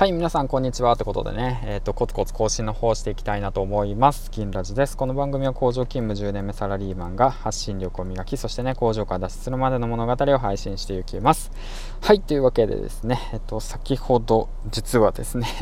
はい、皆さんこんにちはということでね、コツコツ更新の方していきたいなと思います。金ラジです。この番組は工場勤務10年目サラリーマンが発信力を磨き、そしてね工場から脱出するまでの物語を配信していきます。はい、というわけでですね、先ほど実はですね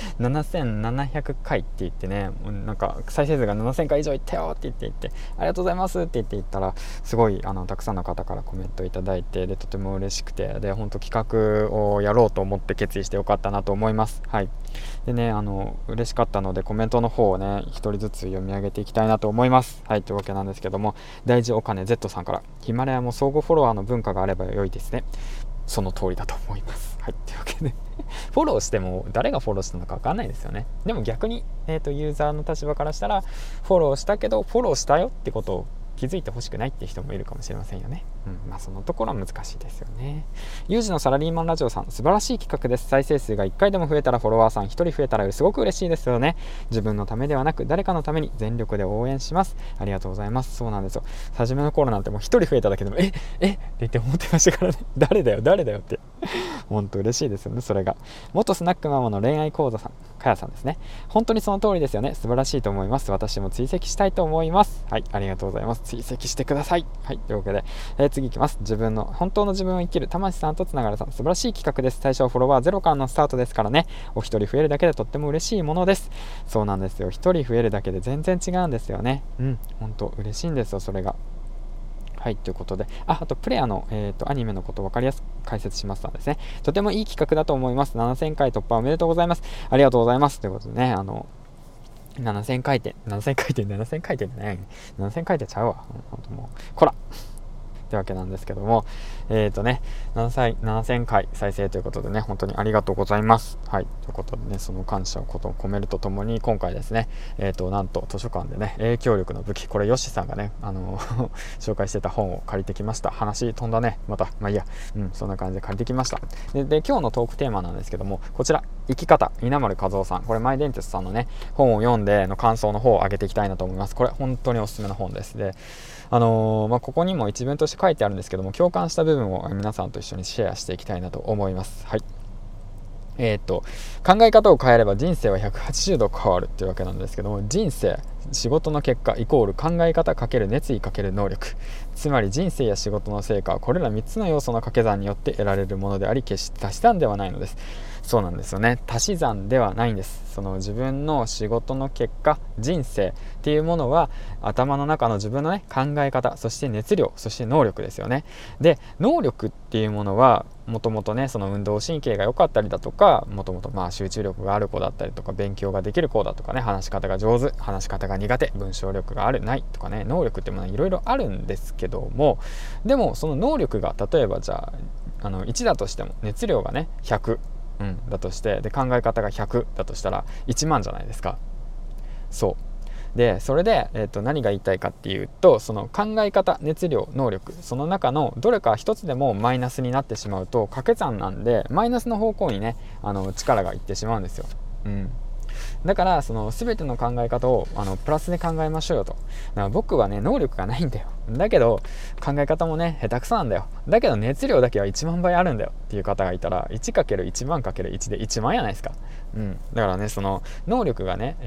7700回って言ってね、なんか再生数が7000回以上いったよって言ってありがとうございますって言ったら、すごいたくさんの方からコメントいただいて、でとても嬉しくて、で本当企画をやろうと思って決意してよかったなと思います。はい。でね、嬉しかったのでコメントの方をね一人ずつ読み上げていきたいなと思います。はい、というわけなんですけども、大事お金 Z さんから、ヒマラヤも相互フォロワーの文化があれば良いですね。その通りだと思います。はい、というわけでフォローしても誰がフォローしたのか分かんないですよね。でも逆に、ユーザーの立場からしたら、フォローしたけどフォローしたよってことを気づいてほしくないっていう人もいるかもしれませんよね。そのところは難しいですよね。有事のサラリーマンラジオさん、素晴らしい企画です。再生数が1回でも増えたら、フォロワーさん1人増えたらすごく嬉しいですよね。自分のためではなく誰かのために全力で応援します。ありがとうございます。そうなんですよ。初めの頃なんてもう1人増えただけでもって言って思ってましたからね。誰だよって本当嬉しいですよね。それが元スナックママの恋愛講座さん、かやさんですね。本当にその通りですよね。素晴らしいと思います。私も追跡したいと思います。はい、ありがとうございます。追跡してください。はい、というわけで、次いきます。本当の自分を生きるたましさんとつながるさん、素晴らしい企画です。最初はフォロワーゼロからのスタートですからね。お一人増えるだけでとっても嬉しいものです。そうなんですよ。一人増えるだけで全然違うんですよね。本当嬉しいんですよ、それが。はい、ということで、あとプレアの、アニメのことを分かりやすく解説しますのですね。とてもいい企画だと思います。7000回突破おめでとうございます。ありがとうございます。ということでね、7000回転ってね、7000回転ちゃうわ。ほんともう、こらってわけなんですけども、7000回再生ということでね、本当にありがとうございます。はい、ということでね、その感謝を込めるとともに、今回ですね、なんと図書館でね、影響力の武器、これヨシさんがね、紹介してた本を借りてきました。話飛んだね、まあいいや、そんな感じで借りてきました。で今日のトークテーマなんですけども、こちら、生き方、稲丸和夫さん、これマイデンティスさんのね、本を読んでの感想の方を上げていきたいなと思います。これ本当におすすめの本です。で、ここにも一文として書いてあるんですけども、共感した部分を皆さんと一緒にシェアしていきたいなと思います。はい。考え方を変えれば人生は180度変わるっていうわけなんですけども、人生、仕事の結果イコール考え方×熱意×能力、つまり人生や仕事の成果はこれら3つの要素の掛け算によって得られるものであり、決して足し算ではないのです。そうなんですよね。足し算ではないんです。その自分の仕事の結果、人生っていうものは頭の中の自分のね考え方、そして熱量、そして能力ですよね。で、能力っていうものはもともとね、その運動神経が良かったりだとか、もともと集中力がある子だったりとか、勉強ができる子だとかね、話し方が上手、話し方が苦手、文章力があるないとかね、能力っていうものはいろいろあるんですけども、でもその能力が例えばじゃあ1だとしても、熱量がね100、だとして、で考え方が100だとしたら1万じゃないですか。そうで、それで、何が言いたいかっていうと、その考え方、熱量、能力、その中のどれか一つでもマイナスになってしまうと掛け算なんで、マイナスの方向にね力がいってしまうんですよ。だからその全ての考え方をプラスで考えましょうよと。だから僕はね能力がないんだよ、だけど考え方もね下手くそなんだよ、だけど熱量だけは1万倍あるんだよっていう方がいたら、 1×1 万 ×1 で1万やないですか。だからね、その能力がね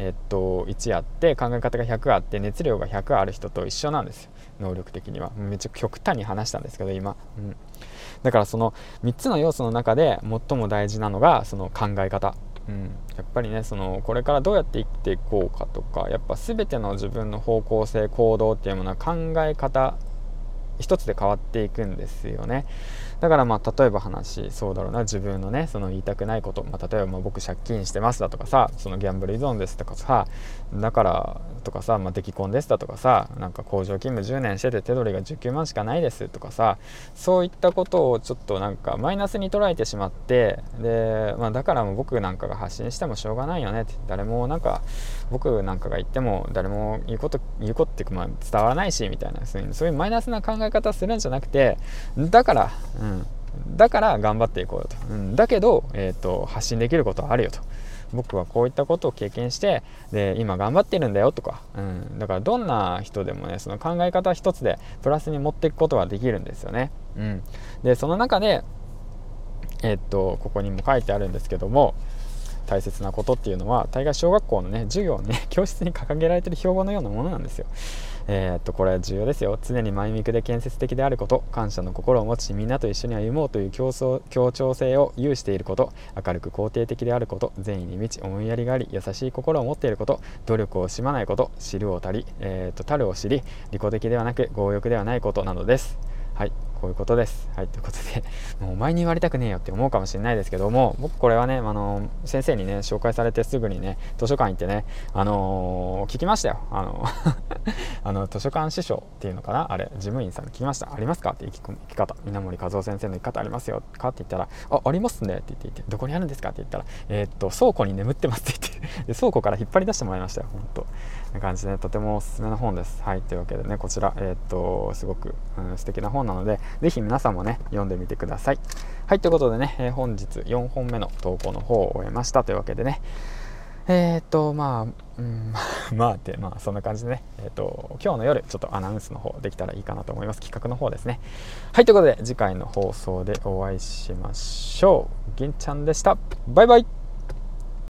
1あって、考え方が100あって、熱量が100ある人と一緒なんですよ。能力的にはめっちゃ極端に話したんですけど今、だからその3つの要素の中で最も大事なのがその考え方。やっぱりね、そのこれからどうやって生きていこうかとか、やっぱ全ての自分の方向性、行動っていうものは考え方一つで変わっていくんですよね。だから例えばそうだろうな、自分のねその言いたくないこと、例えば僕借金してますだとかさ、そのギャンブル依存ですとかさ、だからとかさ、出来婚ですだとかさ、なんか工場勤務10年してて手取りが19万しかないですとかさ、そういったことをちょっとなんかマイナスに捉えてしまって、で、だからもう僕なんかが発信してもしょうがないよねって、誰もなんか僕なんかが言っても誰も言うことっていうか伝わらないしみたいな、そういうマイナスな考え方するんじゃなくて、だから頑張っていこうよと、だけど、発信できることはあるよと、僕はこういったことを経験して、で今頑張ってるんだよとか、だからどんな人でもねその考え方一つでプラスに持っていくことができるんですよね。でその中でここにも書いてあるんですけども、 大切なことっていうのは大概小学校のね授業ね教室に掲げられてる標語のようなものなんですよ。これ重要ですよ。常に前向きで建設的であること、感謝の心を持ちみんなと一緒に歩もうという協調性を有していること、明るく肯定的であること、善意に満ち思いやりがあり優しい心を持っていること、努力を惜しまないこと、知るを足り、足るを知り、利己的ではなく強欲ではないことなどです。はい、こういうことです。はい、ということでもうお前に言われたくねえよって思うかもしれないですけども、僕これはね、先生にね紹介されてすぐにね図書館行ってね、聞きましたよ。図書館司書っていうのかな、あれ事務員さんに聞きました。ありますかって生き方、稲森和夫先生の生き方ありますよかって言ったら、ありますねって言って、どこにあるんですかって言ったら、倉庫に眠ってますって言ってで倉庫から引っ張り出してもらいましたよ。本当な感じで、とてもおすすめの本です。はい、というわけでね、こちらすごく、素敵な本なのでぜひ皆さんもね読んでみてください。はい、ということでね、本日4本目の投稿の方を終えましたというわけでね、まあそんな感じでね、今日の夜ちょっとアナウンスの方できたらいいかなと思います。企画の方ですね。はい、ということで次回の放送でお会いしましょう。銀ちゃんでした。バイバイ。